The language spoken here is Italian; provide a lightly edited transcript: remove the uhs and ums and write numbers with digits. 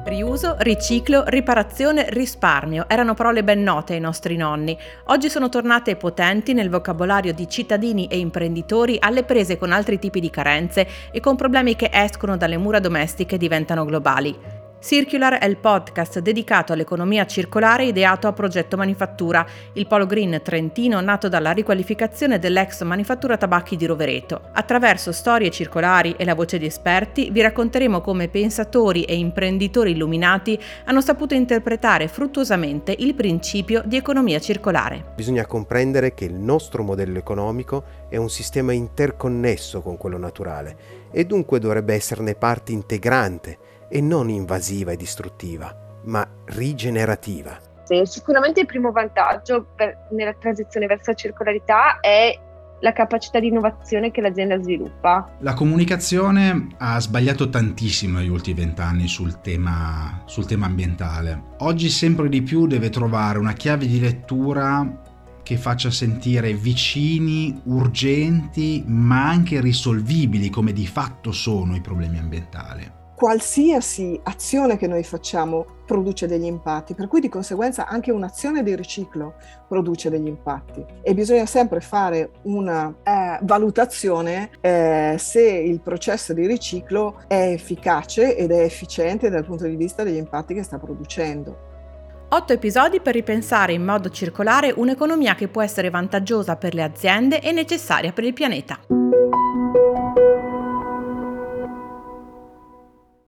Riuso, riciclo, riparazione, risparmio erano parole ben note ai nostri nonni. Oggi sono tornate potenti nel vocabolario di cittadini e imprenditori alle prese con altri tipi di carenze e con problemi che escono dalle mura domestiche e diventano globali. Circular è il podcast dedicato all'economia circolare ideato a Progetto Manifattura, il polo green trentino nato dalla riqualificazione dell'ex Manifattura Tabacchi di Rovereto. Attraverso storie circolari e la voce di esperti vi racconteremo come pensatori e imprenditori illuminati hanno saputo interpretare fruttuosamente il principio di economia circolare. Bisogna comprendere che il nostro modello economico è un sistema interconnesso con quello naturale e dunque dovrebbe esserne parte integrante e non invasiva e distruttiva, ma rigenerativa. Sicuramente il primo vantaggio nella transizione verso la circolarità è la capacità di innovazione che l'azienda sviluppa. La comunicazione ha sbagliato tantissimo negli ultimi 20 anni sul tema ambientale. Oggi sempre di più deve trovare una chiave di lettura che faccia sentire vicini, urgenti, ma anche risolvibili come di fatto sono i problemi ambientali. Qualsiasi azione che noi facciamo produce degli impatti, per cui di conseguenza anche un'azione di riciclo produce degli impatti e bisogna sempre fare una valutazione se il processo di riciclo è efficace ed è efficiente dal punto di vista degli impatti che sta producendo. 8 episodi per ripensare in modo circolare un'economia che può essere vantaggiosa per le aziende e necessaria per il pianeta.